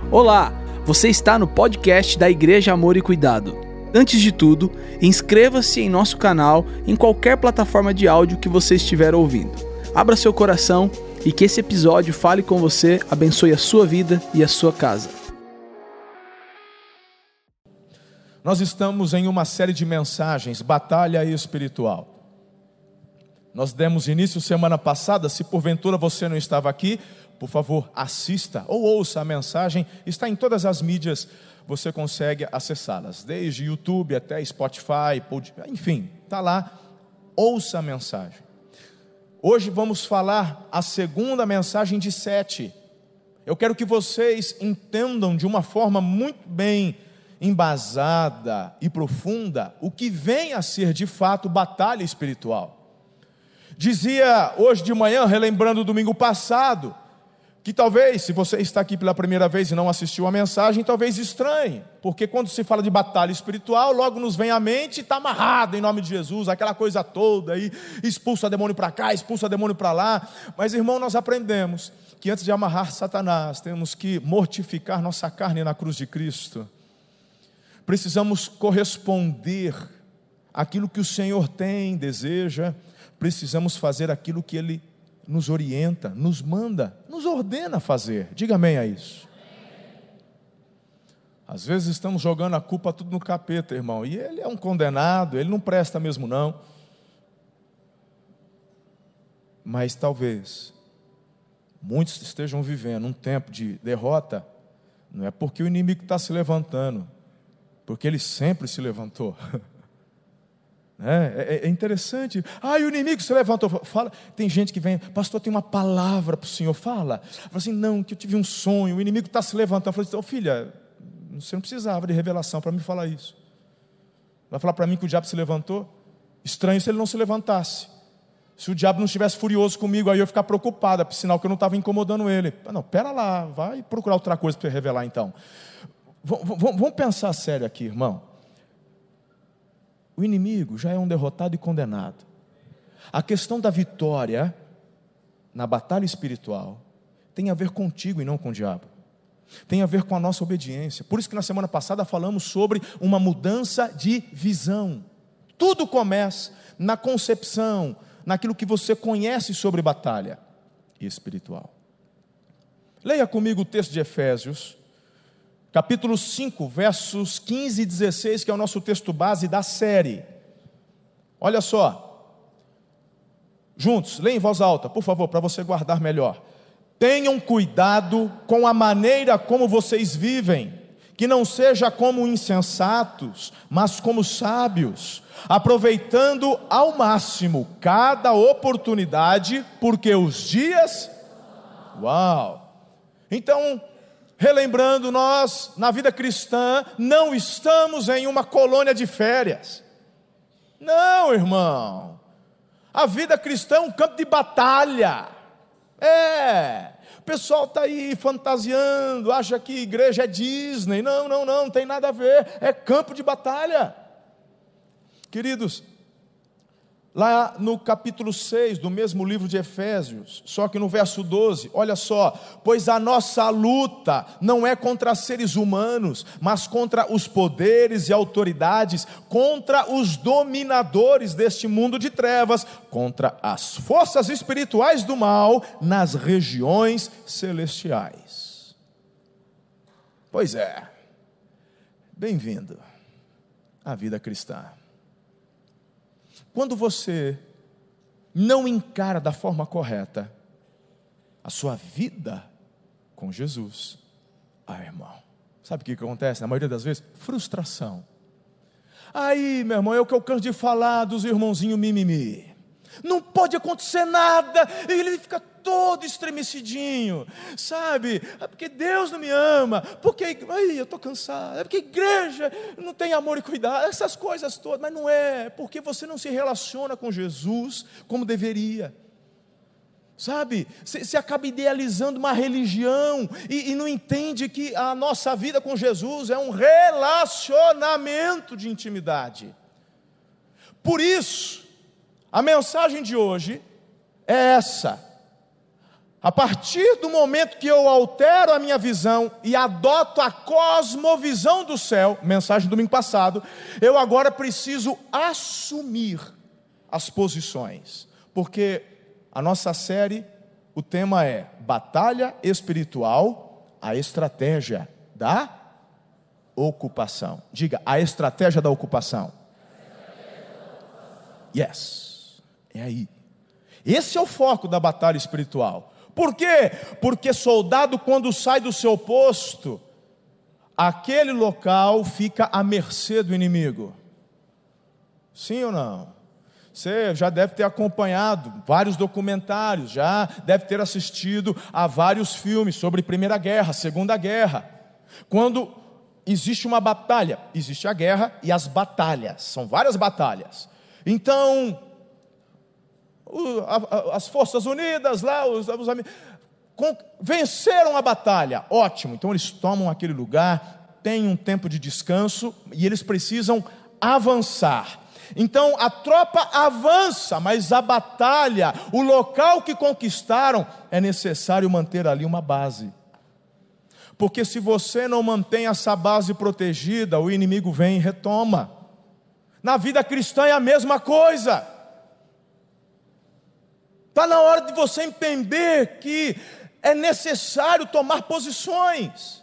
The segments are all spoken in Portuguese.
Olá, você está no podcast da Igreja Amor e Cuidado. Antes de tudo, inscreva-se em nosso canal em qualquer plataforma de áudio que você estiver ouvindo. Abra seu coração e que esse episódio fale com você, abençoe a sua vida e a sua casa. Nós estamos em uma série de mensagens, Batalha Espiritual. Nós demos início semana passada. Se porventura você não estava aqui, por favor, assista ou ouça a mensagem. Está em todas as mídias, você consegue acessá-las, desde YouTube até Spotify, enfim, está lá. Ouça a mensagem. Hoje vamos falar a segunda mensagem de 7. Eu quero que vocês entendam de uma forma muito bem embasada e profunda o que vem a ser de fato batalha espiritual. Dizia hoje de manhã, relembrando o domingo passado, que talvez, se você está aqui pela primeira vez e não assistiu a mensagem, talvez estranhe, porque quando se fala de batalha espiritual, logo nos vem à mente, está amarrado em nome de Jesus, aquela coisa toda aí, expulsa demônio para cá, expulsa demônio para lá. Mas irmão, nós aprendemos que antes de amarrar Satanás, temos que mortificar nossa carne na cruz de Cristo. Precisamos corresponder àquilo que o Senhor tem, deseja. Precisamos fazer aquilo que Ele nos orienta, nos manda, nos ordena fazer. Diga amém a isso. Às vezes estamos jogando a culpa tudo no capeta, irmão, e ele é um condenado, ele não presta mesmo não. Mas talvez muitos estejam vivendo um tempo de derrota, não é porque o inimigo está se levantando, porque ele sempre se levantou. É interessante. O inimigo se levantou. Fala. Tem gente que vem, pastor, tem uma palavra para o senhor. Fala assim, não, que eu tive um sonho, o inimigo está se levantando. Eu falei, filha, você não precisava de revelação para me falar isso. Vai falar para mim que o diabo se levantou? Estranho se ele não se levantasse. Se o diabo não estivesse furioso comigo, aí eu ia ficar preocupada, por sinal que eu não estava incomodando ele. Não, pera lá, vai procurar outra coisa para revelar então. Vamos pensar sério aqui, irmão. O inimigo já é um derrotado e condenado. A questão da vitória na batalha espiritual tem a ver contigo e não com o diabo. Tem a ver com a nossa obediência. Por isso que na semana passada falamos sobre uma mudança de visão. Tudo começa na concepção, naquilo que você conhece sobre batalha espiritual. Leia comigo o texto de Efésios, capítulo 5, versos 15 e 16, que é o nosso texto base da série. Olha só. Juntos, leia em voz alta, por favor, para você guardar melhor. Tenham cuidado com a maneira como vocês vivem, que não seja como insensatos, mas como sábios, aproveitando ao máximo cada oportunidade, porque os dias... Então, relembrando, nós, na vida cristã, não estamos em uma colônia de férias. Não, irmão. A vida cristã é um campo de batalha. O pessoal está aí fantasiando, acha que igreja é Disney. Não tem nada a ver. É campo de batalha. Queridos, lá no capítulo 6 do mesmo livro de Efésios, só que no verso 12, olha só: pois a nossa luta não é contra seres humanos, mas contra os poderes e autoridades, contra os dominadores deste mundo de trevas, contra as forças espirituais do mal nas regiões celestiais. Pois é, bem-vindo à vida cristã. Quando você não encara da forma correta a sua vida com Jesus, irmão, sabe o que acontece? Na maioria das vezes, frustração. Aí, meu irmão, é o que eu canso de falar dos irmãozinhos mimimi. Não pode acontecer nada, ele fica todo estremecidinho, sabe? É porque Deus não me ama, porque eu estou cansado, é porque a igreja não tem amor e cuidado, essas coisas todas. Mas não é, porque você não se relaciona com Jesus como deveria, sabe? Você acaba idealizando uma religião e não entende que a nossa vida com Jesus é um relacionamento de intimidade. Por isso, a mensagem de hoje é essa: A partir do momento que eu altero a minha visão e adoto a cosmovisão do céu, mensagem do domingo passado, eu agora preciso assumir as posições. Porque a nossa série, o tema é Batalha Espiritual, a estratégia da ocupação. Diga, a estratégia da ocupação. Yes, é aí. Esse é o foco da batalha espiritual. Por quê? Porque soldado, quando sai do seu posto, aquele local fica à mercê do inimigo. Sim ou não? Você já deve ter acompanhado vários documentários, já deve ter assistido a vários filmes sobre Primeira Guerra, Segunda Guerra. Quando existe uma batalha, existe a guerra e as batalhas, são várias batalhas. Então, as Forças Unidas lá, os amigos, venceram a batalha, ótimo, então eles tomam aquele lugar, têm um tempo de descanso e eles precisam avançar. Então a tropa avança, mas a batalha, o local que conquistaram, é necessário manter ali uma base. Porque se você não mantém essa base protegida, o inimigo vem e retoma. Na vida cristã é a mesma coisa. Está na hora de você entender que é necessário tomar posições.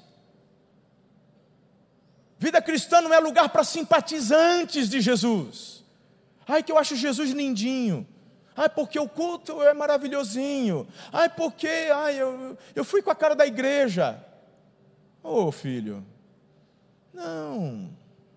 Vida cristã não é lugar para simpatizantes de Jesus. Ai, que eu acho Jesus lindinho. Ai, porque o culto é maravilhosinho. Ai, porque eu fui com a cara da igreja. Ô filho, não.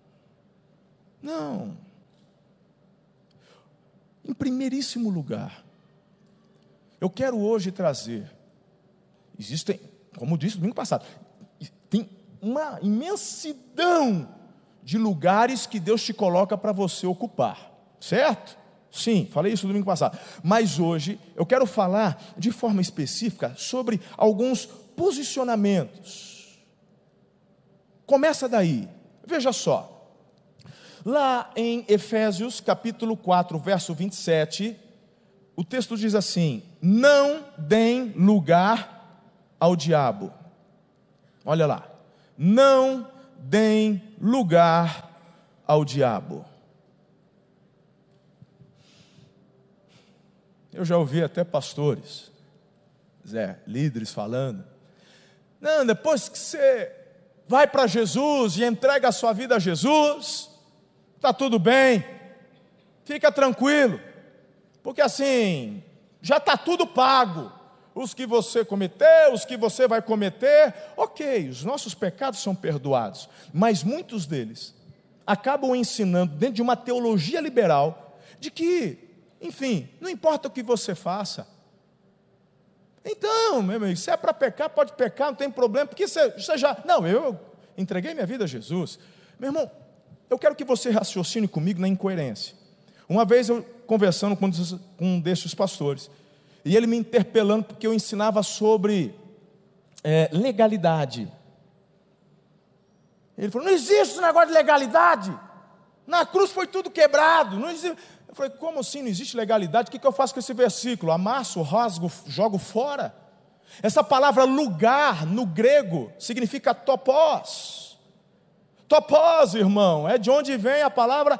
Em primeiríssimo lugar, eu quero hoje trazer, existem, como eu disse no domingo passado, tem uma imensidão de lugares que Deus te coloca para você ocupar, certo? Sim, falei isso no domingo passado, mas hoje eu quero falar de forma específica sobre alguns posicionamentos. Começa daí, veja só, lá em Efésios capítulo 4, verso 27, o texto diz assim: não deem lugar ao diabo. Olha lá, não deem lugar ao diabo. Eu já ouvi até pastores, líderes falando: não, depois que você vai para Jesus e entrega a sua vida a Jesus, está tudo bem, fica tranquilo, porque assim, já está tudo pago. Os que você cometeu, os que você vai cometer, ok, os nossos pecados são perdoados, mas muitos deles acabam ensinando dentro de uma teologia liberal, de que, enfim, não importa o que você faça. Então, meu amigo, se é para pecar, pode pecar, não tem problema, porque você já... Não, eu entreguei minha vida a Jesus. Meu irmão, eu quero que você raciocine comigo na incoerência. Uma vez eu conversando com um desses pastores, e ele me interpelando porque eu ensinava sobre legalidade. Ele falou: não existe esse negócio de legalidade, na cruz foi tudo quebrado, não existe. Eu falei: como assim não existe legalidade? O que eu faço com esse versículo? Amasso, rasgo, jogo fora? Essa palavra lugar, no grego, significa topos. Topos, irmão, é de onde vem a palavra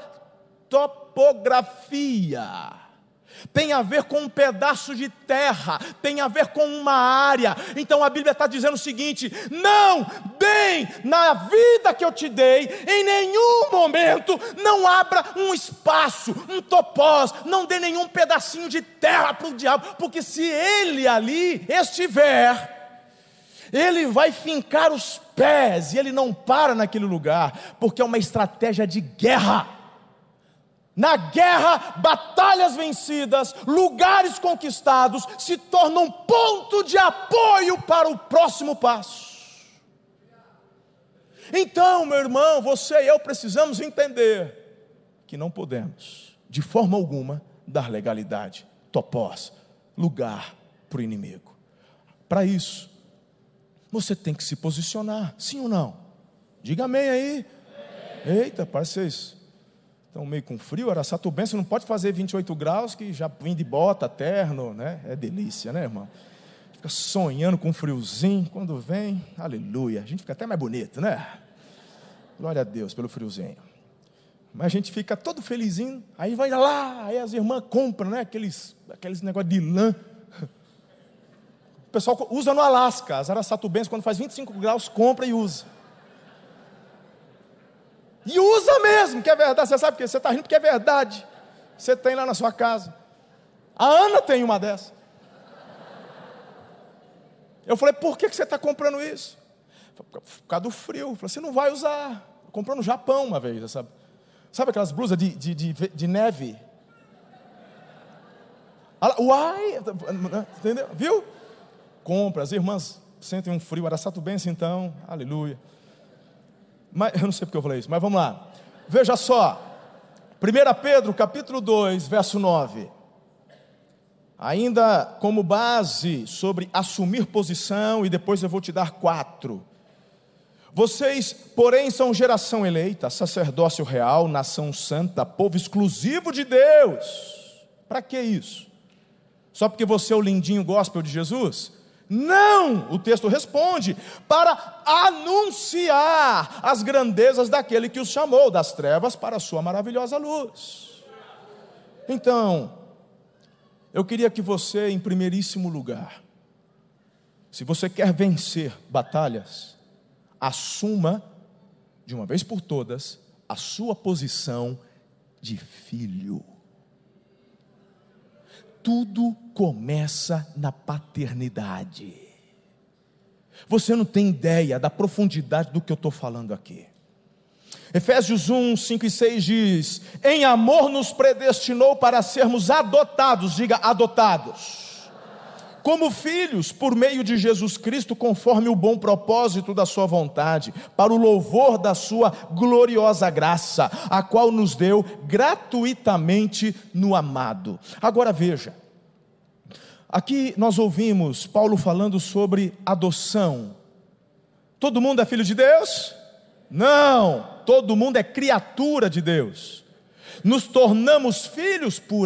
topografia. Tem a ver com um pedaço de terra, tem a ver com uma área. Então a Bíblia está dizendo o seguinte: não deem na vida que eu te dei, em nenhum momento, não abra um espaço, um topós, não dê nenhum pedacinho de terra para o diabo, porque se ele ali estiver, ele vai fincar os pés, e ele não para naquele lugar, porque é uma estratégia de guerra. Na guerra, batalhas vencidas, lugares conquistados, se tornam ponto de apoio para o próximo passo. Então, meu irmão, você e eu precisamos entender que não podemos, de forma alguma, dar legalidade, topós, lugar para o inimigo. Para isso, você tem que se posicionar, sim ou não? Diga amém aí. Eita, parece vocês estão meio com frio. Araçatubense não pode fazer 28 graus, que já vem de bota, terno, né? É delícia, né, irmão? fica sonhando com um friozinho, quando vem, aleluia, a gente fica até mais bonito, né? Glória a Deus pelo friozinho. Mas a gente fica todo felizinho, aí vai lá, aí as irmãs compram, né? Aqueles negócios de lã. O pessoal usa no Alasca, as araçatubenses, quando faz 25 graus, compra e usa. E usa mesmo, que é verdade. Você sabe por quê? Você está rindo porque é verdade. Você tem lá na sua casa. A Ana tem uma dessa. Eu falei, por que você está comprando isso? Por causa do frio. Eu falei, você não vai usar. Comprou no Japão uma vez, sabe? Sabe aquelas blusas de neve? Uai, entendeu? Viu? Compra, as irmãs sentem um frio, araçatubense então, aleluia. Mas, eu não sei porque eu falei isso, mas vamos lá. Veja só, 1 Pedro capítulo 2, verso 9. Ainda como base sobre assumir posição, e depois eu vou te dar 4. Vocês, porém, são geração eleita, sacerdócio real, nação santa, povo exclusivo de Deus. Para que isso? Só porque você é o lindinho gospel de Jesus? Não, o texto responde, para anunciar as grandezas daquele que os chamou das trevas para a sua maravilhosa luz. Então, eu queria que você, em primeiríssimo lugar, se você quer vencer batalhas, assuma, de uma vez por todas, a sua posição de filho. Tudo começa na paternidade. Você não tem ideia da profundidade do que eu estou falando aqui. Efésios 1, 5 e 6 diz: em amor nos predestinou para sermos adotados, diga adotados, como filhos por meio de Jesus Cristo, conforme o bom propósito da sua vontade, para o louvor da sua gloriosa graça, a qual nos deu gratuitamente no amado. Agora veja, aqui nós ouvimos Paulo falando sobre adoção. Todo mundo é filho de Deus? Não, todo mundo é criatura de Deus. Nos tornamos filhos por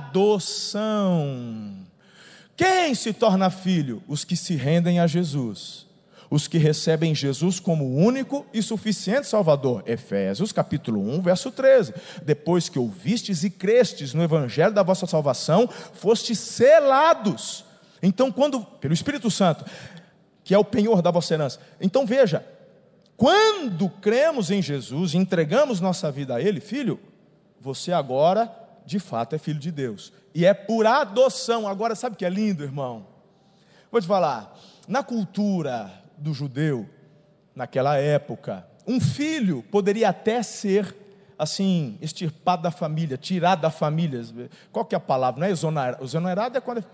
adoção. Quem se torna filho? Os que se rendem a Jesus, os que recebem Jesus como o único e suficiente Salvador. Efésios capítulo 1, verso 13. Depois que ouvistes e crestes no evangelho da vossa salvação, fostes selados. Então, pelo Espírito Santo, que é o penhor da vossa herança. Então veja, quando cremos em Jesus, entregamos nossa vida a Ele, filho, você agora de fato é filho de Deus, e é por adoção. Agora sabe o que é lindo, irmão? Vou te falar, na cultura do judeu, naquela época, um filho poderia até ser assim, extirpado da família, tirado da família. Qual que é a palavra? Não é exonerado, é quando...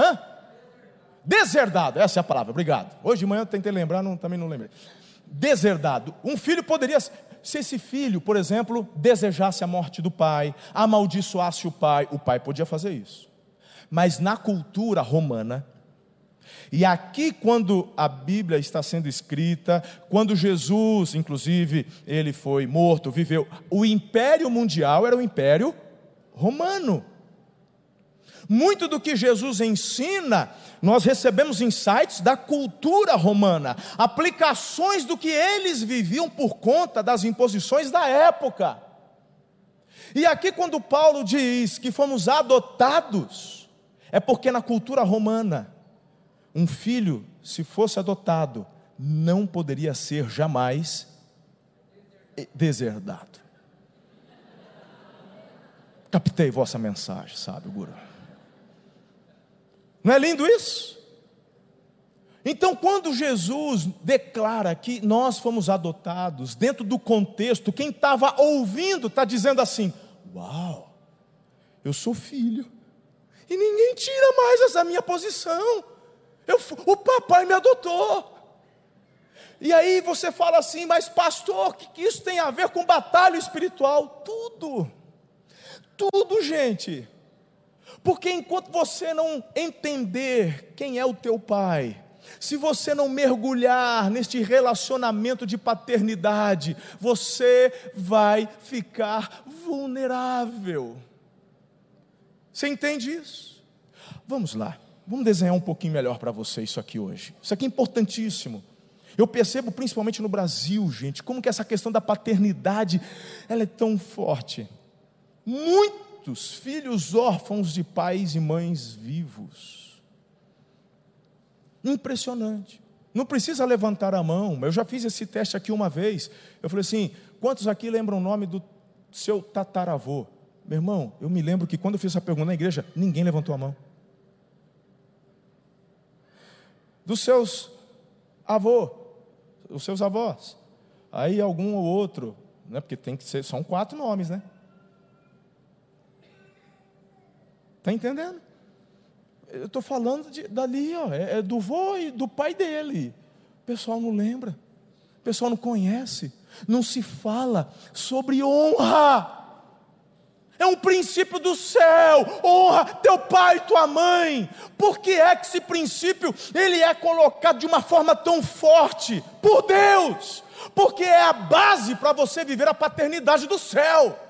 Deserdado, essa é a palavra, obrigado. Hoje de manhã eu tentei lembrar, também não lembrei. Deserdado. Um filho poderia, se esse filho, por exemplo, desejasse a morte do pai, amaldiçoasse o pai podia fazer isso. Mas na cultura romana, e aqui quando a Bíblia está sendo escrita, quando Jesus, inclusive, ele foi morto, viveu, o império mundial era o império romano. Muito do que Jesus ensina, nós recebemos insights da cultura romana, aplicações do que eles viviam por conta das imposições da época. E aqui quando Paulo diz que fomos adotados, é porque na cultura romana, um filho, se fosse adotado, não poderia ser jamais deserdado. Captei vossa mensagem, sabe, Guru? Não é lindo isso? Então, quando Jesus declara que nós fomos adotados, dentro do contexto, quem estava ouvindo está dizendo assim: uau, eu sou filho, e ninguém tira mais essa minha posição. O papai me adotou. E aí você fala assim: mas pastor, o que isso tem a ver com batalha espiritual? Tudo, gente. Porque enquanto você não entender quem é o teu pai, se você não mergulhar neste relacionamento de paternidade, você vai ficar vulnerável. Você entende isso? Vamos lá, Vamos desenhar um pouquinho melhor para você isso aqui hoje. Isso aqui é importantíssimo. Eu percebo principalmente no Brasil, gente, como que essa questão da paternidade, ela é tão forte. Muitos filhos órfãos de pais e mães vivos. Impressionante. Não precisa levantar a mão. Eu já fiz esse teste aqui uma vez. Eu falei assim, quantos aqui lembram o nome do seu tataravô? Meu irmão, eu me lembro que quando eu fiz essa pergunta na igreja, ninguém levantou a mão. Dos seus avós, os seus avós. Aí algum ou outro, né? Porque tem que ser, são 4 nomes, né? Está entendendo? Eu estou falando dali, ó, é do vô e do pai dele. O pessoal não lembra, o pessoal não conhece, não se fala sobre honra. É um princípio do céu, honra teu pai e tua mãe. Por que é que esse princípio, ele é colocado de uma forma tão forte? Por Deus, porque é a base para você viver a paternidade do céu.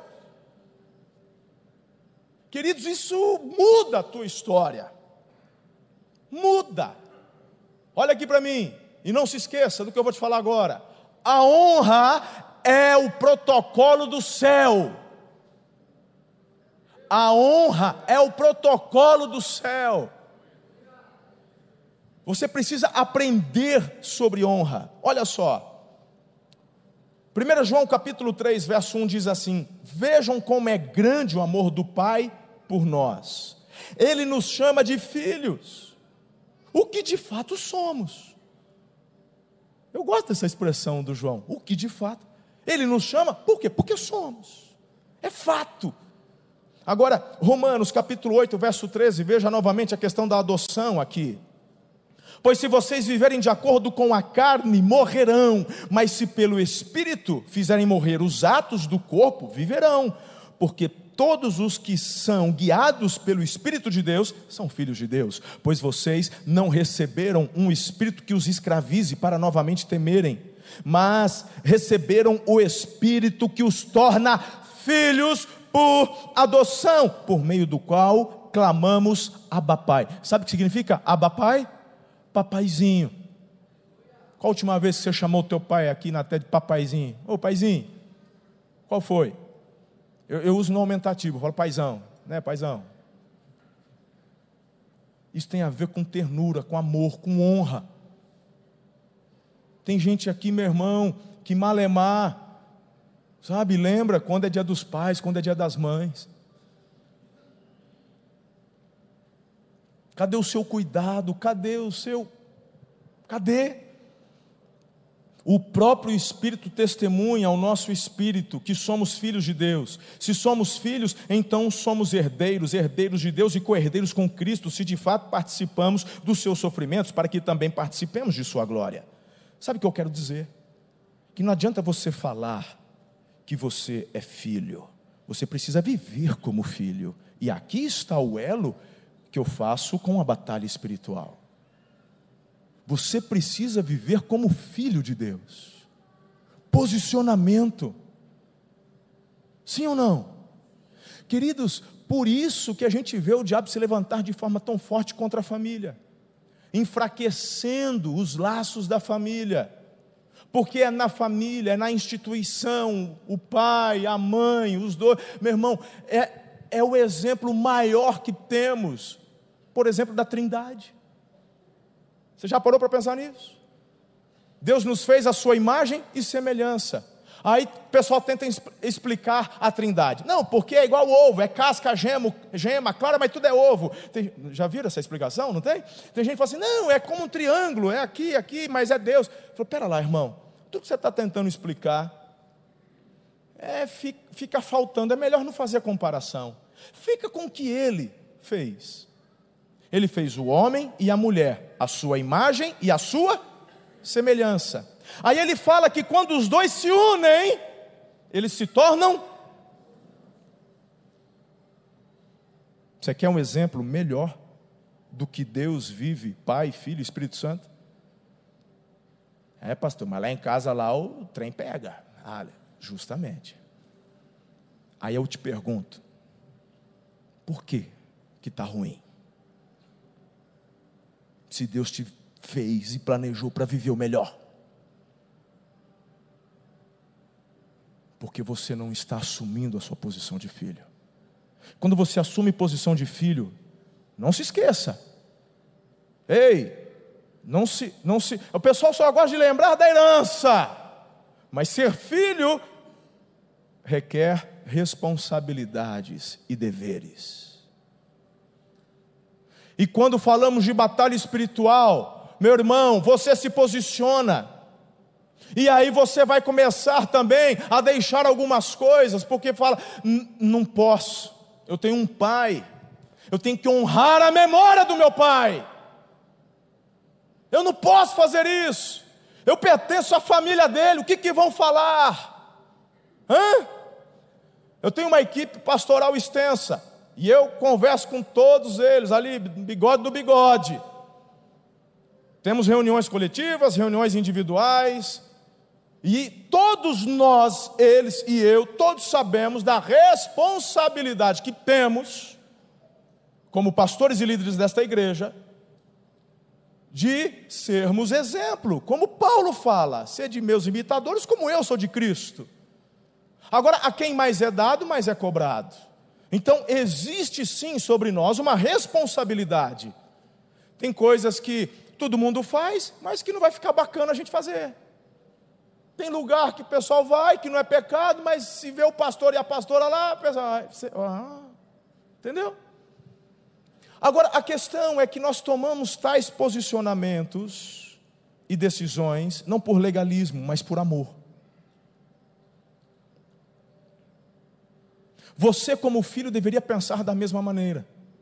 Queridos, isso muda a tua história, muda. Olha aqui para mim, e não se esqueça do que eu vou te falar agora. A honra é o protocolo do céu. A honra é o protocolo do céu. Você precisa aprender sobre honra. Olha só, 1 João capítulo 3, verso 1 diz assim: vejam como é grande o amor do Pai por nós. Ele nos chama de filhos, o que de fato somos. Eu gosto dessa expressão do João, o que de fato. Ele nos chama, por quê? Porque somos, é fato. Agora, Romanos capítulo 8, verso 13, veja novamente a questão da adoção aqui. Pois se vocês viverem de acordo com a carne, morrerão, mas se pelo Espírito fizerem morrer os atos do corpo, viverão, porque todos os que são guiados pelo Espírito de Deus, são filhos de Deus, pois vocês não receberam um Espírito que os escravize para novamente temerem, mas receberam o Espírito que os torna filhos por adoção, por meio do qual clamamos Abba Pai. Sabe o que significa Abba Pai? Papaizinho. Qual a última vez que você chamou teu pai aqui na terra de papaizinho? Ô paizinho, qual foi? Eu uso no aumentativo, eu falo paizão, né paizão? Isso tem a ver com ternura, com amor, com honra. Tem gente aqui, meu irmão, que malemar, sabe, lembra quando é dia dos pais, quando é dia das mães. Cadê o seu cuidado? Cadê? O próprio Espírito testemunha ao nosso espírito que somos filhos de Deus. Se somos filhos, então somos herdeiros, herdeiros de Deus e co-herdeiros com Cristo, se de fato participamos dos seus sofrimentos, para que também participemos de sua glória. Sabe o que eu quero dizer? Que não adianta você falar que você é filho, você precisa viver como filho. E aqui está o elo que eu faço com a batalha espiritual. Você precisa viver como filho de Deus. Posicionamento. Sim ou não? Queridos, por isso que a gente vê o diabo se levantar de forma tão forte contra a família, enfraquecendo os laços da família. Porque é na família, é na instituição, o pai, a mãe, os dois. Meu irmão, é o exemplo maior que temos, por exemplo, da Trindade. Você já parou para pensar nisso? Deus nos fez a sua imagem e semelhança. Aí o pessoal tenta explicar a Trindade. Não, porque é igual ovo, é casca, gema, clara, mas tudo é ovo. Já viram essa explicação, não tem? Tem gente que fala assim, não, é como um triângulo, é aqui, mas é Deus. Eu falo, pera lá, irmão, tudo que você está tentando explicar, fica faltando, é melhor não fazer a comparação. Fica com o que ele fez. Ele fez o homem e a mulher, a sua imagem e a sua semelhança. Aí ele fala que quando os dois se unem, eles se tornam. Você quer um exemplo melhor do que Deus vive, Pai, Filho e Espírito Santo? É, pastor, mas lá em casa lá o trem pega. Justamente. Aí eu te pergunto, por que está ruim? se Deus te fez e planejou para viver o melhor? Porque você não está assumindo a sua posição de filho. Quando você assume posição de filho, não se esqueça. Ei, não se. O pessoal só gosta de lembrar da herança, mas ser filho requer responsabilidades e deveres. E quando falamos de batalha espiritual, meu irmão, você se posiciona. E aí você vai começar também a deixar algumas coisas, porque fala, não posso, eu tenho um pai, eu tenho que honrar a memória do meu pai, eu não posso fazer isso, eu pertenço à família dele, o que vão falar? Eu tenho uma equipe pastoral extensa, e eu converso com todos eles, ali, bigode do bigode, temos reuniões coletivas, reuniões individuais, e todos nós, eles e eu, todos sabemos da responsabilidade que temos, como pastores e líderes desta igreja, de sermos exemplo, como Paulo fala, sede meus imitadores, como eu sou de Cristo. Agora, a quem mais é dado, mais é cobrado. Então, existe sim sobre nós uma responsabilidade. Tem coisas que todo mundo faz, mas que não vai ficar bacana a gente fazer. Tem lugar que o pessoal vai, que não é pecado, mas se vê o pastor e a pastora lá, o pessoal vai, entendeu? Agora, a questão é que nós tomamos tais posicionamentos e decisões, não por legalismo, mas por amor. Você, como filho, deveria pensar da mesma maneira.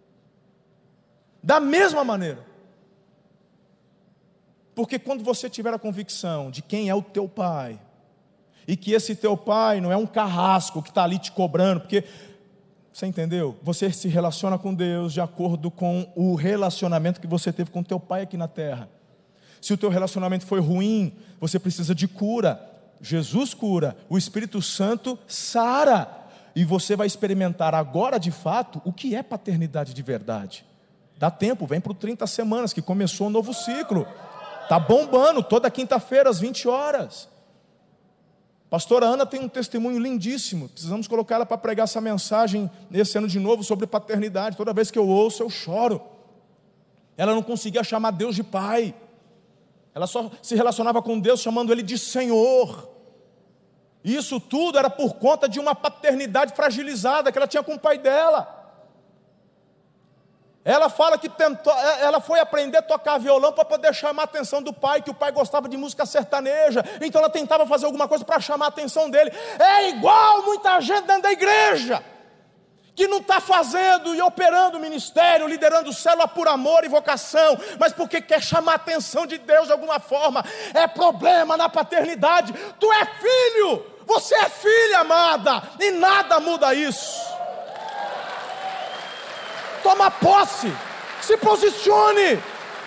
Da mesma maneira. Porque quando você tiver a convicção de quem é o teu pai, e que esse teu pai não é um carrasco que está ali te cobrando, porque, você entendeu? Você se relaciona com Deus de acordo com o relacionamento que você teve com teu pai aqui na terra. Se o teu relacionamento foi ruim, você precisa de cura. Jesus cura, o Espírito Santo sara, e você vai experimentar agora de fato o que é paternidade de verdade. Dá tempo, vem para o 30 semanas que começou um novo ciclo. Está bombando, toda quinta-feira às 20 horas. Pastora Ana tem um testemunho lindíssimo. Precisamos colocar ela para pregar essa mensagem esse ano de novo sobre paternidade. Toda vez que eu ouço, eu choro. Ela não conseguia chamar Deus de pai. Ela só se relacionava com Deus chamando Ele de Senhor. E isso tudo era por conta de uma paternidade fragilizada que ela tinha com o pai dela. Ela fala que ela foi aprender a tocar violão para poder chamar a atenção do pai, que o pai gostava de música sertaneja, então ela tentava fazer alguma coisa para chamar a atenção dele. É igual muita gente dentro da igreja, que não está fazendo e operando o ministério, liderando célula por amor e vocação, mas porque quer chamar a atenção de Deus de alguma forma. É problema na paternidade. Tu é filho, você é filha amada, e nada muda isso. Toma posse, se posicione.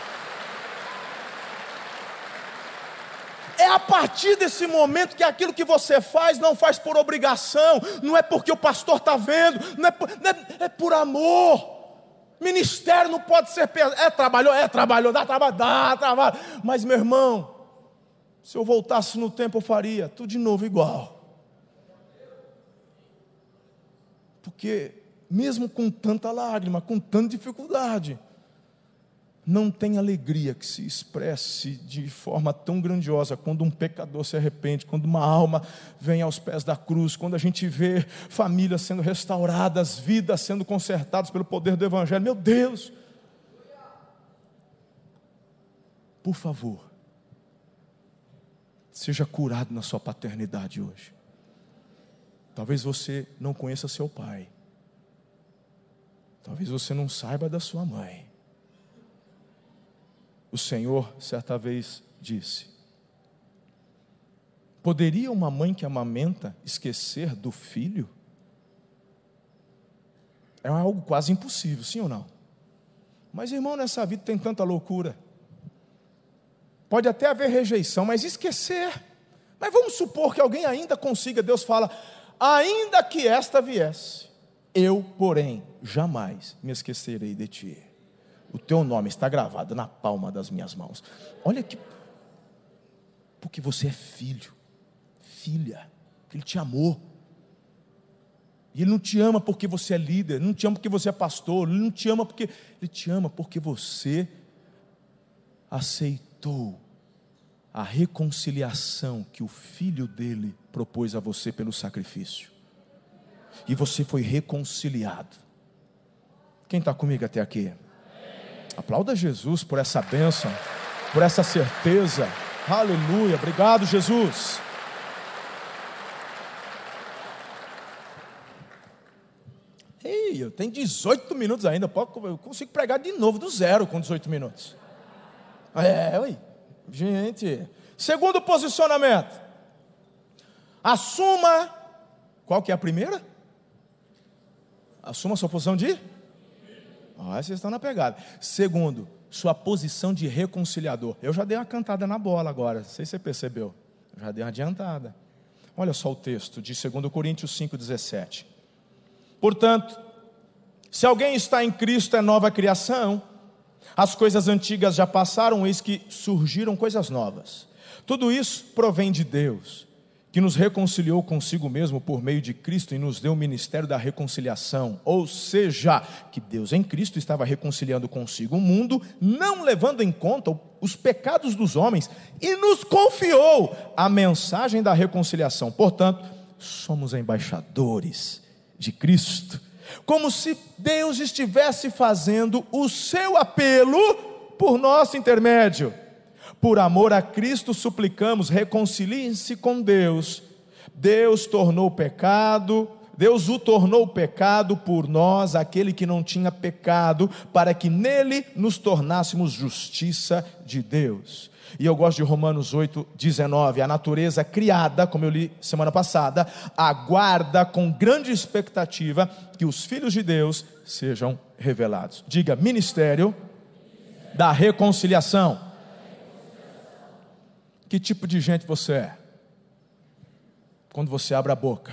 É a partir desse momento que aquilo que você faz, não faz por obrigação, não é porque o pastor está vendo, é por amor. Ministério não pode ser trabalhou, dá trabalho. Mas meu irmão, se eu voltasse no tempo eu faria tudo de novo igual. Porque mesmo com tanta lágrima, com tanta dificuldade, não tem alegria que se expresse de forma tão grandiosa quando um pecador se arrepende, quando uma alma vem aos pés da cruz, quando a gente vê famílias sendo restauradas, vidas sendo consertadas pelo poder do Evangelho. Meu Deus! Por favor, seja curado na sua paternidade hoje. Talvez você não conheça seu pai. Talvez você não saiba da sua mãe. O Senhor certa vez disse: poderia uma mãe que amamenta esquecer do filho? É algo quase impossível, sim ou não? Mas irmão, nessa vida tem tanta loucura. Pode até haver rejeição, mas esquecer. Mas vamos supor que alguém ainda consiga. Deus fala: ainda que esta viesse, eu, porém, jamais me esquecerei de ti. o teu nome está gravado na palma das minhas mãos. Olha que... Porque você é filho, filha, que Ele te amou. E Ele não te ama porque você é líder, Ele não te ama porque você é pastor, Ele não te ama porque... Ele te ama porque você aceitou a reconciliação que o Filho dele propôs a você pelo sacrifício. E você foi reconciliado. Quem está comigo até aqui? Aplauda Jesus por essa bênção, por essa certeza. Aleluia, obrigado Jesus. Ei, eu tenho 18 minutos ainda, eu consigo pregar de novo do zero com 18 minutos. Ui, gente. Segundo posicionamento, assuma, qual que é a primeira? Assuma sua posição de? Vocês estão na pegada. Segundo, sua posição de reconciliador. Eu já dei uma cantada na bola agora, não sei se você percebeu. Eu já dei uma adiantada. Olha só o texto de 2 Coríntios 5,17. Portanto, se alguém está em Cristo, é nova criação. As coisas antigas já passaram, eis que surgiram coisas novas. Tudo isso provém de Deus, que nos reconciliou consigo mesmo por meio de Cristo e nos deu o ministério da reconciliação. Ou seja, que Deus em Cristo estava reconciliando consigo o mundo, não levando em conta os pecados dos homens, e nos confiou a mensagem da reconciliação. Portanto, somos embaixadores de Cristo, como se Deus estivesse fazendo o seu apelo por nosso intermédio. Por amor a Cristo suplicamos, reconciliem-se com Deus. Deus o tornou pecado por nós, aquele que não tinha pecado, para que nele nos tornássemos justiça de Deus. E eu gosto de Romanos 8,19, a natureza criada, como eu li semana passada, aguarda com grande expectativa que os filhos de Deus sejam revelados. Diga, ministério da reconciliação. Que tipo de gente você é? Quando você abre a boca.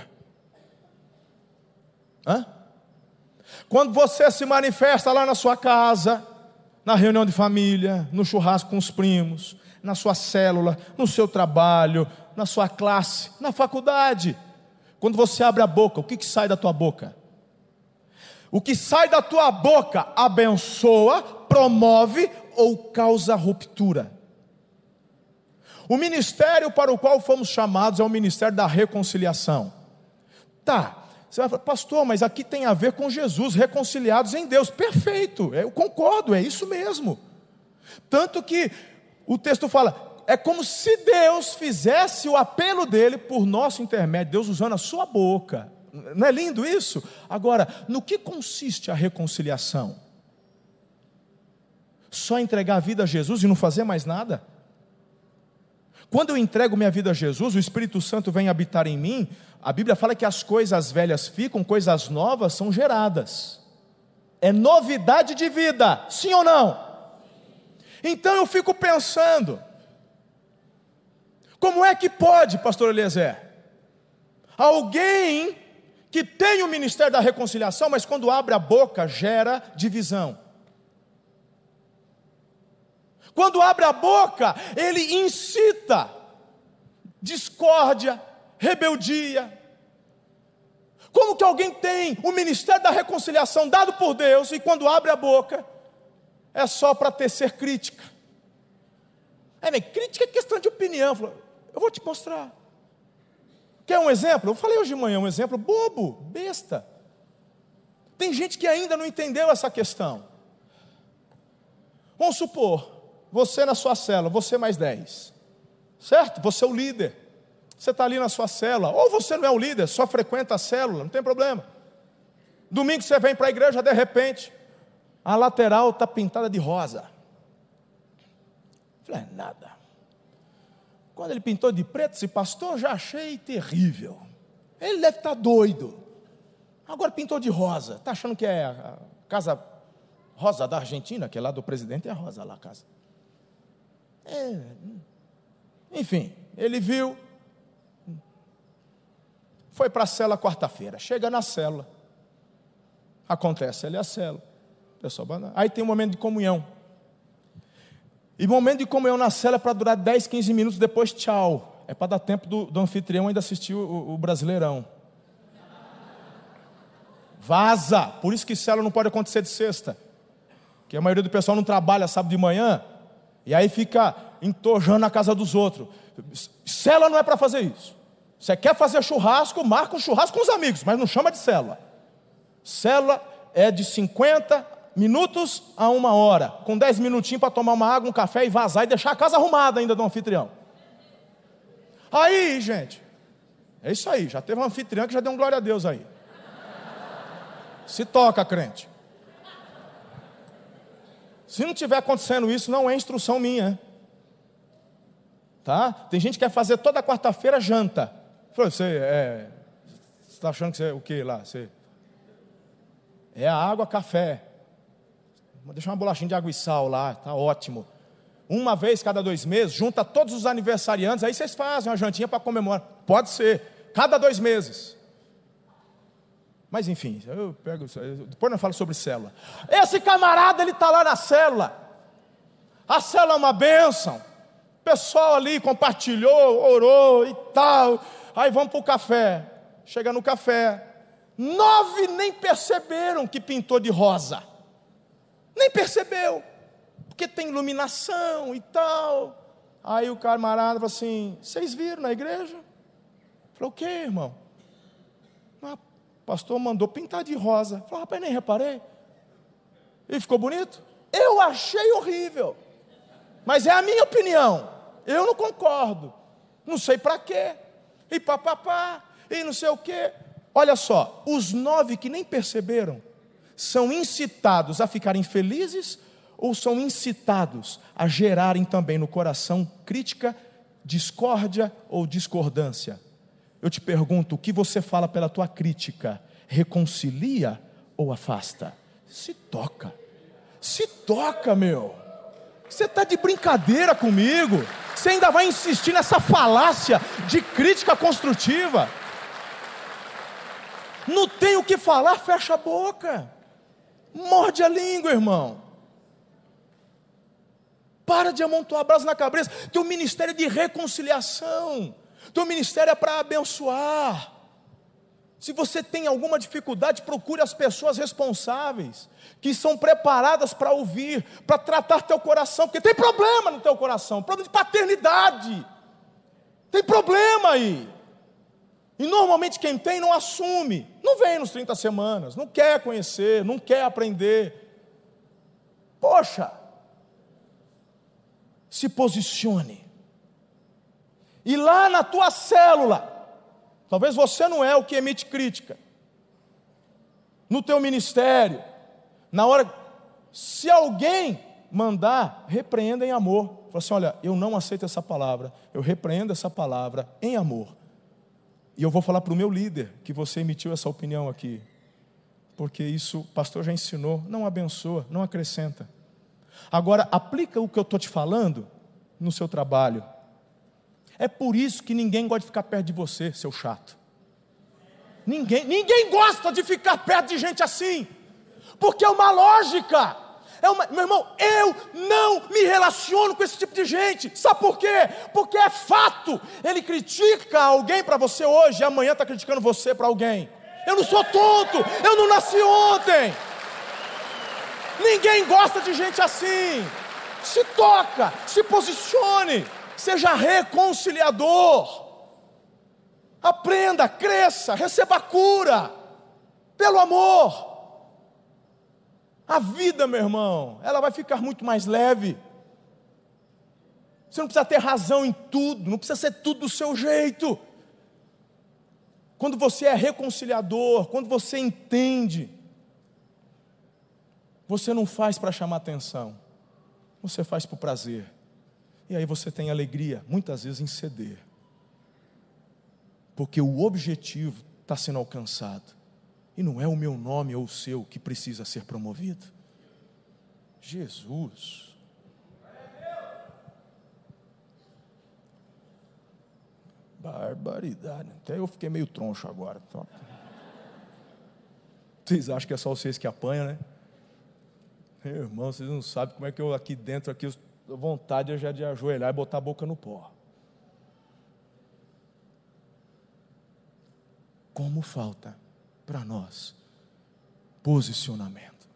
Quando você se manifesta lá na sua casa, na reunião de família, no churrasco com os primos, na sua célula, no seu trabalho, na sua classe, na faculdade. Quando você abre a boca, o que sai da tua boca? O que sai da tua boca abençoa, promove ou causa ruptura? O ministério para o qual fomos chamados é o ministério da reconciliação. Tá, você vai falar, pastor, mas aqui tem a ver com Jesus, reconciliados em Deus. Perfeito, eu concordo, é isso mesmo. Tanto que o texto fala, é como se Deus fizesse o apelo dele por nosso intermédio, Deus usando a sua boca. Não é lindo isso? Agora, no que consiste a reconciliação? Só entregar a vida a Jesus e não fazer mais nada? Quando eu entrego minha vida a Jesus, o Espírito Santo vem habitar em mim, a Bíblia fala que as coisas velhas ficam, coisas novas são geradas. É novidade de vida, sim ou não? Então eu fico pensando, como é que pode, pastor Eliezer, alguém que tem o ministério da reconciliação, mas quando abre a boca gera divisão? Quando abre a boca, ele incita discórdia, rebeldia. Como que alguém tem o ministério da reconciliação dado por Deus e quando abre a boca é só para tecer crítica? Crítica é questão de opinião. Eu vou te mostrar. Quer um exemplo? Eu falei hoje de manhã um exemplo bobo, besta. Tem gente que ainda não entendeu essa questão. Vamos supor, você na sua célula, você mais 10, certo? Você é o líder, você está ali na sua célula, ou você não é o líder, só frequenta a célula, não tem problema. Domingo você vem para a igreja, de repente, a lateral está pintada de rosa. Falei, nada. Quando ele pintou de preto, esse pastor, já achei terrível. Ele deve estar doido. Agora pintou de rosa, está achando que é a casa rosa da Argentina, que é lá do presidente, é rosa lá a casa. Enfim, ele viu, foi para a célula quarta-feira, chega na célula, acontece ali a célula, Aí tem um momento de comunhão. E o momento de comunhão na cela é para durar 10, 15 minutos, depois tchau. É para dar tempo do anfitrião ainda assistir o Brasileirão. Vaza! Por isso que cela não pode acontecer de sexta. Porque a maioria do pessoal não trabalha sábado de manhã, e aí fica entojando na casa dos outros. Cela não é para fazer isso. Você quer fazer churrasco, marca um churrasco com os amigos, mas não chama de cela. Cela é de 50 minutos a 1 hora, com 10 minutinhos para tomar uma água, um café e vazar e deixar a casa arrumada ainda do anfitrião. Aí, gente, é isso aí, já teve um anfitrião que já deu um glória a Deus aí. Se toca, crente. Se não tiver acontecendo isso, não é instrução minha. Tá? Tem gente que quer fazer toda quarta-feira janta. Você está achando que você é o que lá? É a água, café. Vou deixar uma bolachinha de água e sal lá, tá ótimo. Uma vez cada 2 meses, junta todos os aniversariantes, aí vocês fazem uma jantinha para comemorar. Pode ser, cada 2 meses. Mas enfim, eu pego, depois eu falo sobre célula. Esse camarada, ele está lá na célula. A célula é uma bênção. O pessoal ali compartilhou, orou e tal. Aí vamos para o café. Chega no café. 9 nem perceberam que pintou de rosa. Nem percebeu. Porque tem iluminação e tal. Aí o camarada falou assim: vocês viram na igreja? Falei: o que, irmão? O pastor mandou pintar de rosa. Falei: rapaz, nem reparei. E ficou bonito? Eu achei horrível. Mas é a minha opinião. Eu não concordo. Não sei para quê. E papapá. E não sei o quê. Olha só, os 9 que nem perceberam são incitados a ficarem felizes ou são incitados a gerarem também no coração crítica, discórdia ou discordância? Eu te pergunto, o que você fala pela tua crítica, reconcilia ou afasta? Se toca, meu. Você está de brincadeira comigo? Você ainda vai insistir nessa falácia de crítica construtiva? Não tem o que falar, fecha a boca. Morde a língua, irmão. Para de amontoar brasa na cabeça. Teu ministério é de reconciliação. Teu ministério é para abençoar. Se você tem alguma dificuldade, procure as pessoas responsáveis, que são preparadas para ouvir, para tratar teu coração, porque tem problema no teu coração, problema de paternidade. Tem problema aí. E normalmente quem tem não assume, não vem nos 30 semanas, não quer conhecer, não quer aprender. Poxa, se posicione. E lá na tua célula, talvez você não é o que emite crítica. No teu ministério, na hora, se alguém mandar, repreenda em amor. Fala assim: olha, eu não aceito essa palavra, eu repreendo essa palavra em amor. E eu vou falar para o meu líder que você emitiu essa opinião aqui, porque isso o pastor já ensinou, não abençoa, não acrescenta. Agora, aplica o que eu estou te falando no seu trabalho. É por isso que ninguém gosta de ficar perto de você, seu chato. Ninguém gosta de ficar perto de gente assim, porque é uma lógica. Meu irmão, eu não me relaciono com esse tipo de gente. Sabe por quê? Porque é fato. Ele critica alguém para você hoje e amanhã está criticando você para alguém. Eu não sou tonto, eu não nasci ontem. Ninguém gosta de gente assim. Se toca, se posicione, seja reconciliador. Aprenda, cresça, receba a cura, pelo amor. A vida, meu irmão, ela vai ficar muito mais leve. Você não precisa ter razão em tudo, não precisa ser tudo do seu jeito. Quando você é reconciliador, quando você entende, você não faz para chamar atenção, você faz por prazer. E aí você tem alegria, muitas vezes, em ceder, porque o objetivo está sendo alcançado. E não é o meu nome ou o seu que precisa ser promovido. Jesus. Barbaridade. Até eu fiquei meio troncho agora. Vocês acham que é só vocês que apanham, né? Irmão, vocês não sabem como é que eu aqui dentro, aqui, vontade eu já de ajoelhar e botar a boca no pó. Como falta para nós posicionamento.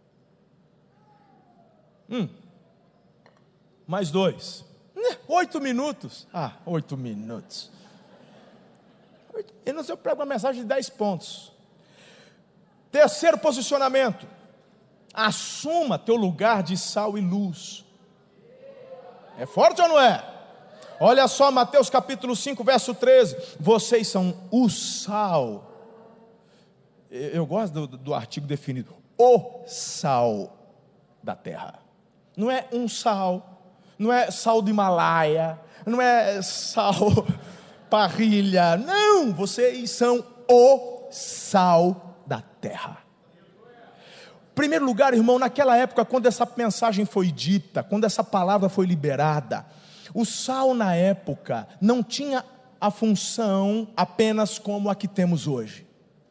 Mais 2. 8 minutos. 8 minutos. 8 minutos eu prego uma mensagem de 10 pontos. Terceiro posicionamento. Assuma teu lugar de sal e luz. É forte ou não é? Olha só, Mateus capítulo 5, verso 13. Vocês são o sal. Eu gosto do artigo definido. O sal da terra. Não é um sal. Não é sal do Himalaia. Não é sal parrilha. Não, vocês são o sal da terra. Em primeiro lugar, irmão, naquela época, quando essa mensagem foi dita, quando essa palavra foi liberada, o sal na época não tinha a função apenas como a que temos hoje.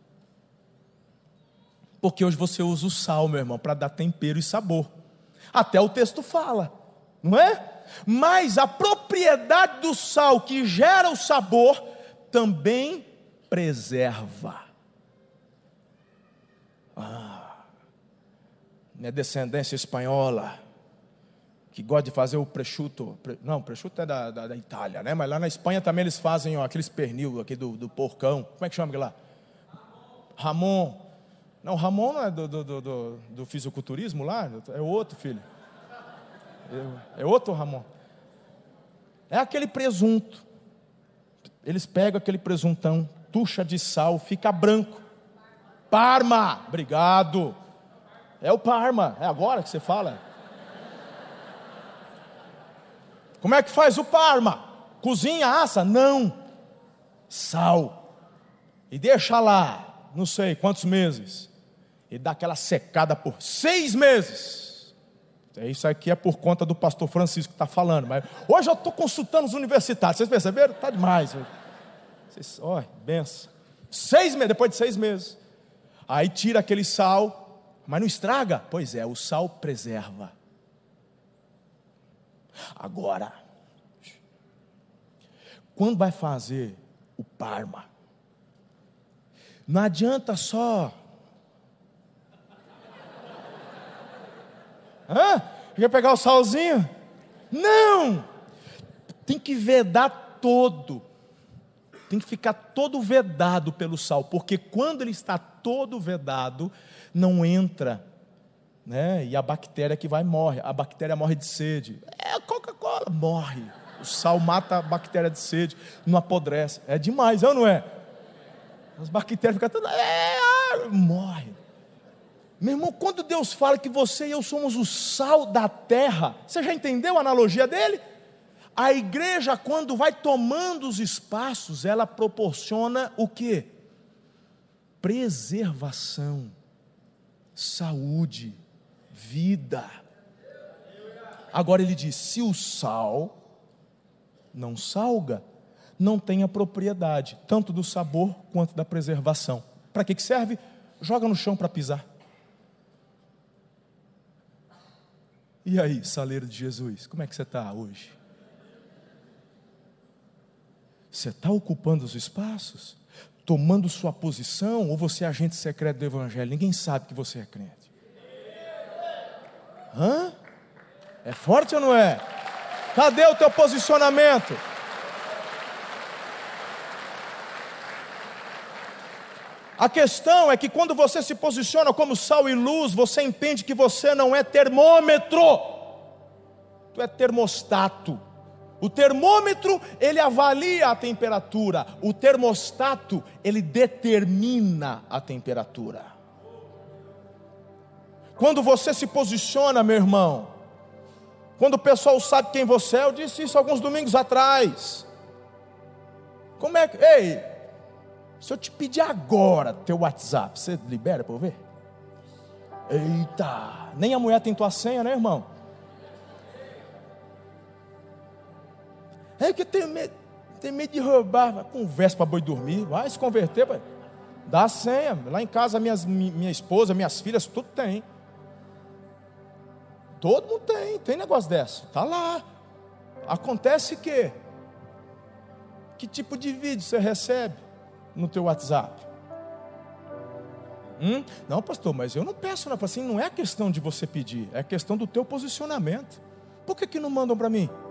Porque hoje você usa o sal, meu irmão, para dar tempero e sabor. Até o texto fala, não é? Mas a propriedade do sal que gera o sabor também preserva. Minha descendência espanhola, que gosta de fazer o prosciutto. Não, prosciutto é da Itália, né? Mas lá na Espanha também eles fazem aqueles pernil aqui do porcão. Como é que chama aquilo lá? Ramon. Não, Ramon não é do fisiculturismo lá? É outro, filho. É outro Ramon. É aquele presunto. Eles pegam aquele presuntão, tucha de sal, fica branco. Parma, obrigado. É o Parma, é agora que você fala? Como é que faz o Parma? Cozinha, assa? Não. Sal. E deixa lá, não sei quantos meses. E dá aquela secada por 6 meses. Isso aqui é por conta do pastor Francisco que está falando. Mas hoje eu estou consultando os universitários. Vocês perceberam? Está demais. Olha, benção. 6 meses, depois de 6 meses. Aí tira aquele sal. Mas não estraga? Pois é, o sal preserva. Agora, quando vai fazer o Parma, não adianta só. Quer pegar o salzinho? Não! Tem que vedar todo. Tem que ficar todo vedado pelo sal, porque quando ele está todo vedado, não entra, né? E a bactéria que vai morre. A bactéria morre de sede. A Coca-Cola morre. O sal mata a bactéria de sede, não apodrece. É demais, não é? As bactérias ficam todas. Morre. Meu irmão, quando Deus fala que você e eu somos o sal da terra, você já entendeu a analogia dele? A igreja, quando vai tomando os espaços, ela proporciona o quê? Preservação, saúde, vida. Agora ele diz, se o sal não salga, não tem a propriedade, tanto do sabor quanto da preservação. Para que serve? Joga no chão para pisar. E aí, saleiro de Jesus, como é que você está hoje? Você está ocupando os espaços? Tomando sua posição? Ou você é agente secreto do Evangelho? Ninguém sabe que você é crente. É forte ou não é? Cadê o teu posicionamento? A questão é que quando você se posiciona como sal e luz, você entende que você não é termômetro. Tu é termostato. O termômetro, ele avalia a temperatura. O termostato, ele determina a temperatura. Quando você se posiciona, meu irmão, quando o pessoal sabe quem você é, eu disse isso alguns domingos atrás. Como é que... Ei, se eu te pedir agora teu WhatsApp, você libera para eu ver? Eita, nem a mulher tem tua senha, né, irmão? É que tem medo de roubar. Conversa para boi dormir. Vai se converter, pai. Dá a senha. Lá em casa, minha esposa, minhas filhas, tudo tem. Todo mundo tem negócio dessa, está lá. Acontece que tipo de vídeo você recebe no teu WhatsApp? Não, pastor, mas eu não peço, não. Assim, não é questão de você pedir, é questão do teu posicionamento. Por que não mandam para mim?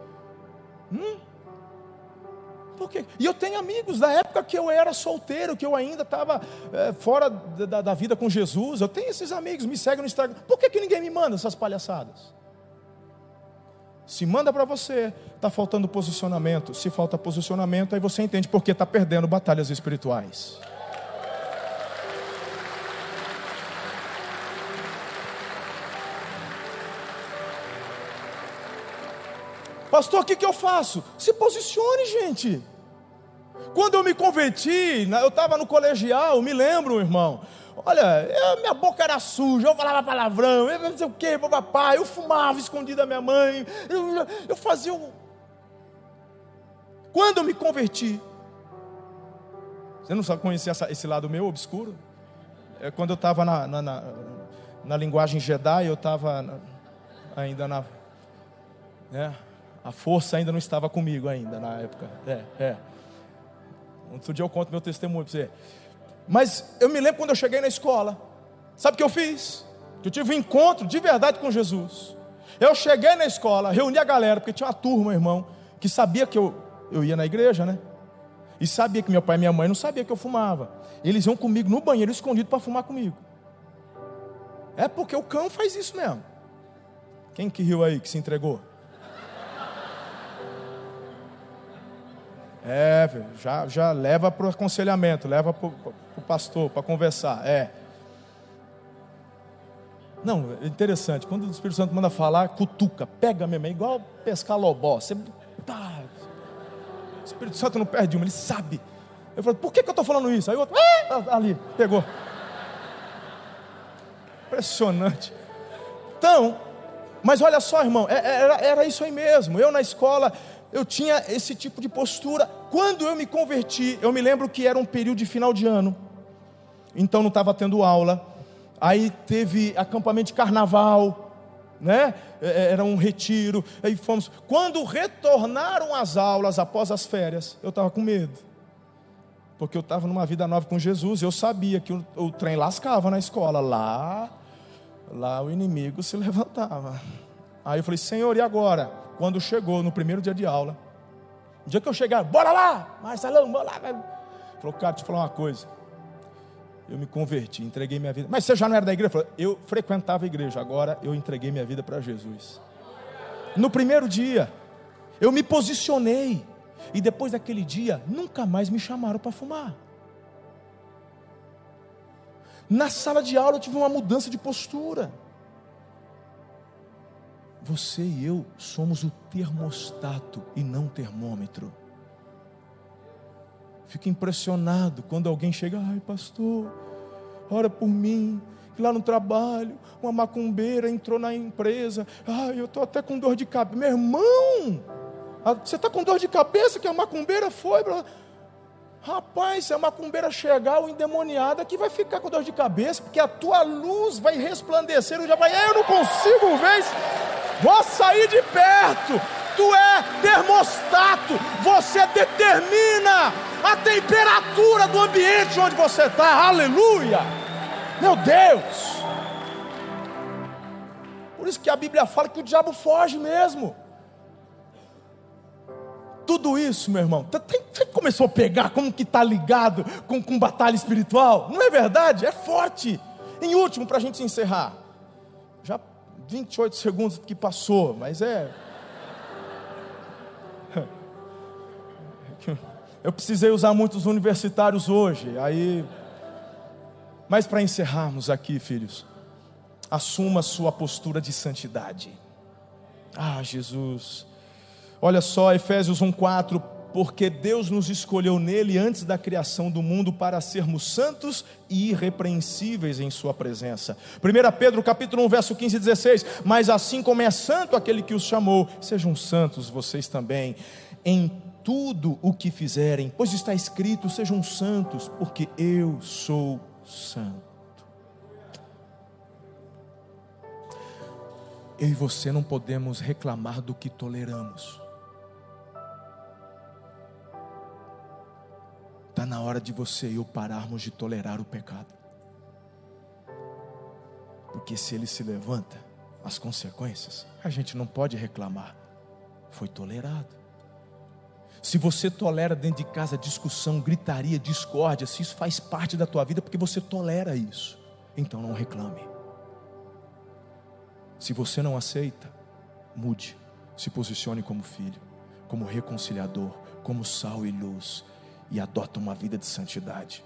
Por quê? E eu tenho amigos da época que eu era solteiro, que eu ainda estava fora da vida com Jesus. Eu tenho esses amigos, me seguem no Instagram. Por que ninguém me manda essas palhaçadas? Se manda para você, está faltando posicionamento. Se falta posicionamento, aí você entende porque está perdendo batalhas espirituais. Pastor, o que eu faço? Se posicione, gente. Quando eu me converti, eu estava no colegial, me lembro, irmão. Olha, minha boca era suja, eu falava palavrão, eu não sei o que, papai, eu fumava escondido da minha mãe, eu fazia o... Quando eu me converti, você não sabe conhecer esse lado meu obscuro? Quando eu estava na linguagem Jedi, eu estava ainda na... A força ainda não estava comigo ainda na época. Outro dia eu conto meu testemunho para você. Mas eu me lembro quando eu cheguei na escola. Sabe o que eu fiz? Eu tive um encontro de verdade com Jesus. Eu cheguei na escola, reuni a galera, porque tinha uma turma, irmão, que sabia que eu ia na igreja, né? E sabia que meu pai e minha mãe não sabiam que eu fumava. Eles iam comigo no banheiro escondido para fumar comigo. É porque o cão faz isso mesmo. Quem que riu aí, que se entregou? Já leva para o aconselhamento, leva para o pastor, para conversar. Não, é interessante, quando o Espírito Santo manda falar, cutuca, pega mesmo, é igual pescar lobó. O Espírito Santo não perde uma, ele sabe. Eu falo, por que eu estou falando isso? Aí o outro, ali, pegou. Impressionante. Então, mas olha só, irmão, era isso aí mesmo. Eu na escola, eu tinha esse tipo de postura. Quando eu me converti, eu me lembro que era um período de final de ano, então não estava tendo aula. Aí teve acampamento de carnaval, né? Era um retiro. Aí fomos. Quando retornaram as aulas após as férias, eu estava com medo, porque eu estava numa vida nova com Jesus. Eu sabia que o trem lascava na escola. Lá o inimigo se levantava. Aí eu falei, Senhor, e agora? Quando chegou no primeiro dia de aula, o dia que eu chegar, bora lá, Marcelão, bora lá. Falou, cara, deixa eu falar uma coisa. Eu me converti, entreguei minha vida. Mas você já não era da igreja? Falei, eu frequentava a igreja, agora eu entreguei minha vida para Jesus. No primeiro dia, eu me posicionei. E depois daquele dia, nunca mais me chamaram para fumar. Na sala de aula eu tive uma mudança de postura. Você e eu somos o termostato e não termômetro. Fico impressionado quando alguém chega, ai pastor, ora por mim, que lá no trabalho, uma macumbeira entrou na empresa, ai eu estou até com dor de cabeça. Meu irmão, você está com dor de cabeça que a macumbeira foi? Rapaz, se a macumbeira chegar, o endemoniado aqui vai ficar com dor de cabeça, porque a tua luz vai resplandecer, eu não consigo ver, vou sair de perto. Tu é termostato, você determina a temperatura do ambiente onde você está, aleluia, meu Deus. Por isso que a Bíblia fala que o diabo foge mesmo. Tudo isso, meu irmão, você começou a pegar como que está ligado com batalha espiritual? Não é verdade? É forte. Em último, para a gente encerrar, já 28 segundos que passou, mas eu precisei usar muitos universitários hoje, mas para encerrarmos aqui, filhos, assuma sua postura de santidade. Jesus, olha só, Efésios 1:4, porque Deus nos escolheu nele antes da criação do mundo para sermos santos e irrepreensíveis em sua presença. 1 Pedro capítulo 1, verso 15 e 16, mas assim como é santo aquele que os chamou, sejam santos vocês também, em tudo o que fizerem, pois está escrito, sejam santos, porque eu sou santo. eu e você não podemos reclamar do que toleramos. Está na hora de você e eu pararmos de tolerar o pecado. Porque se ele se levanta, as consequências, a gente não pode reclamar. Foi tolerado. Se você tolera dentro de casa discussão, gritaria, discórdia, se isso faz parte da tua vida, porque você tolera isso, então não reclame. Se você não aceita, mude, se posicione como filho, como reconciliador, como sal e luz, e adota uma vida de santidade.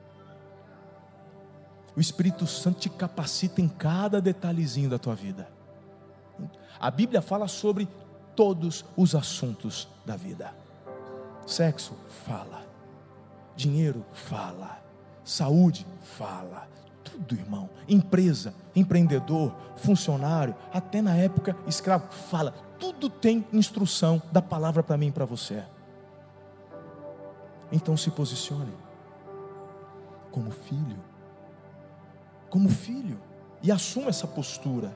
O Espírito Santo te capacita em cada detalhezinho da tua vida. A Bíblia fala sobre todos os assuntos da vida. Sexo, fala. Dinheiro, fala. Saúde, fala. Tudo, irmão. Empresa, empreendedor, funcionário, até na época escravo, fala. Tudo tem instrução da palavra para mim e para você. Então se posicione como filho. Como filho. E assuma essa postura.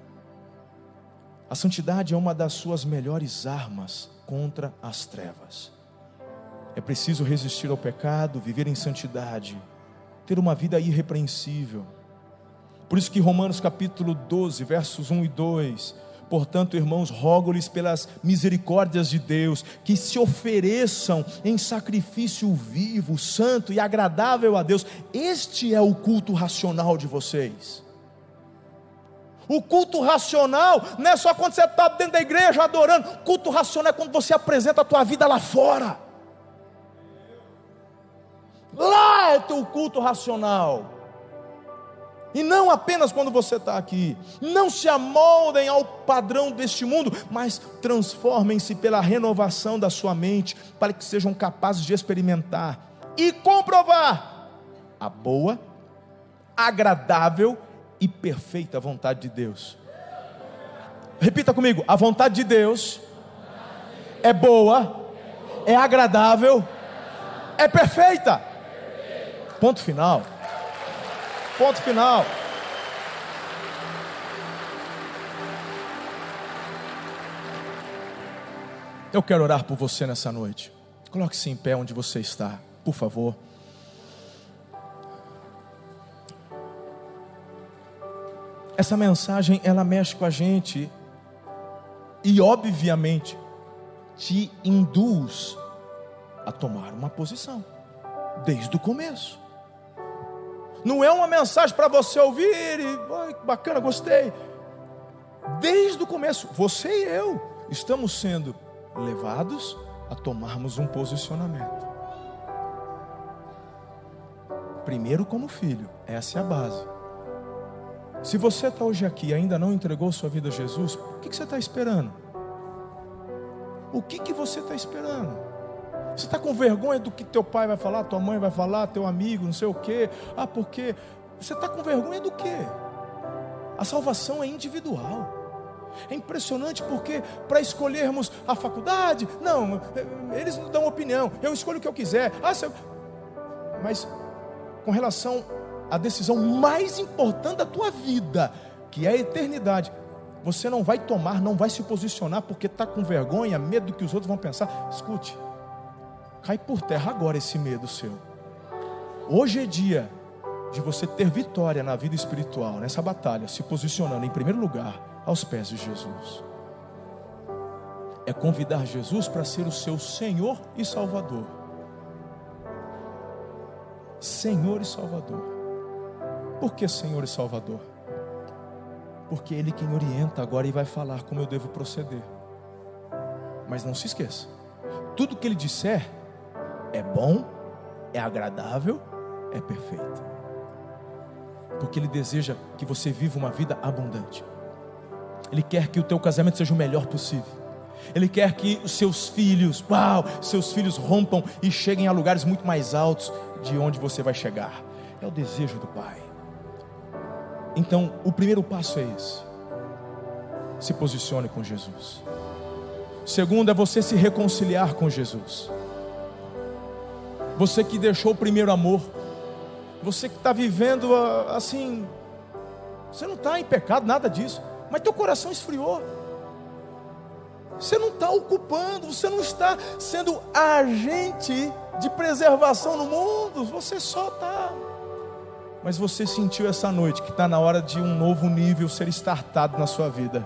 A santidade é uma das suas melhores armas contra as trevas. É preciso resistir ao pecado, viver em santidade, ter uma vida irrepreensível. Por isso que Romanos capítulo 12, versos 1 e 2, portanto, irmãos, rogo-lhes pelas misericórdias de Deus, que se ofereçam em sacrifício vivo, santo e agradável a Deus. Este é o culto racional de vocês. O culto racional não é só quando você está dentro da igreja adorando. Culto racional é quando você apresenta a tua vida lá fora. Lá é teu culto racional. E não apenas quando você está aqui. Não se amoldem ao padrão deste mundo, mas transformem-se pela renovação da sua mente, para que sejam capazes de experimentar e comprovar a boa, agradável e perfeita vontade de Deus. Repita comigo: a vontade de Deus é boa, é agradável, é perfeita. Ponto final. Ponto final. Eu quero orar por você nessa noite. Coloque-se em pé onde você está, por favor. Essa mensagem, ela mexe com a gente e obviamente te induz a tomar uma posição desde o começo. Não é uma mensagem para você ouvir e, que bacana, gostei. Desde o começo, você e eu estamos sendo levados a tomarmos um posicionamento. Primeiro como filho, essa é a base. Se você está hoje aqui e ainda não entregou sua vida a Jesus, o que você está esperando? O que você está esperando? Você está com vergonha do que teu pai vai falar, tua mãe vai falar, teu amigo, não sei o quê. Porque você está com vergonha do quê? A salvação é individual. É impressionante porque para escolhermos a faculdade, não, eles não dão opinião, eu escolho o que eu quiser. Mas com relação à decisão mais importante da tua vida, que é a eternidade, você não vai tomar, não vai se posicionar porque está com vergonha, medo do que os outros vão pensar. Escute, cai por terra agora esse medo seu. Hoje é dia de você ter vitória na vida espiritual, nessa batalha, se posicionando em primeiro lugar aos pés de Jesus. É convidar Jesus para ser o seu Senhor e Salvador. Senhor e Salvador. Por que Senhor e Salvador? Porque Ele quem orienta agora e vai falar como eu devo proceder. Mas não se esqueça, tudo que Ele disser é bom, é agradável, é perfeito. Porque Ele deseja que você viva uma vida abundante. Ele quer que o teu casamento seja o melhor possível. Ele quer que os seus filhos, seus filhos rompam e cheguem a lugares muito mais altos de onde você vai chegar. É o desejo do Pai. Então, o primeiro passo é esse. Se posicione com Jesus. O segundo é você se reconciliar com Jesus. Você que deixou o primeiro amor, você que está vivendo assim, você não está em pecado, nada disso, mas teu coração esfriou. Você não está ocupando, você não está sendo agente de preservação no mundo, você só está. Mas você sentiu essa noite que está na hora de um novo nível ser startado na sua vida.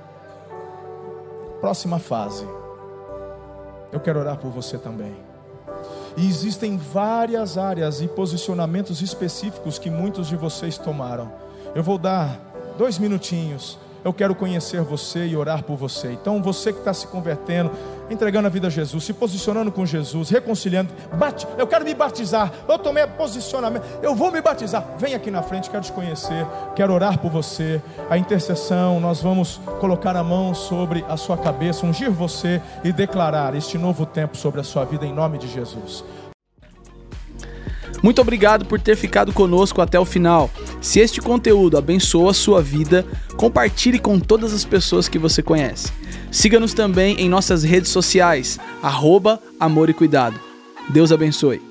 Próxima fase. Eu quero orar por você também. E existem várias áreas e posicionamentos específicos que muitos de vocês tomaram. Eu vou dar 2 minutinhos. Eu quero conhecer você e orar por você. Então você que está se convertendo, entregando a vida a Jesus, se posicionando com Jesus, reconciliando, eu quero me batizar, eu tomei posicionamento, eu vou me batizar, vem aqui na frente, quero te conhecer, quero orar por você. A intercessão, nós vamos colocar a mão sobre a sua cabeça, ungir você e declarar este novo tempo sobre a sua vida em nome de Jesus. Muito obrigado por ter ficado conosco até o final. Se este conteúdo abençoa a sua vida, compartilhe com todas as pessoas que você conhece. Siga-nos também em nossas redes sociais, @Amor e Cuidado. Deus abençoe.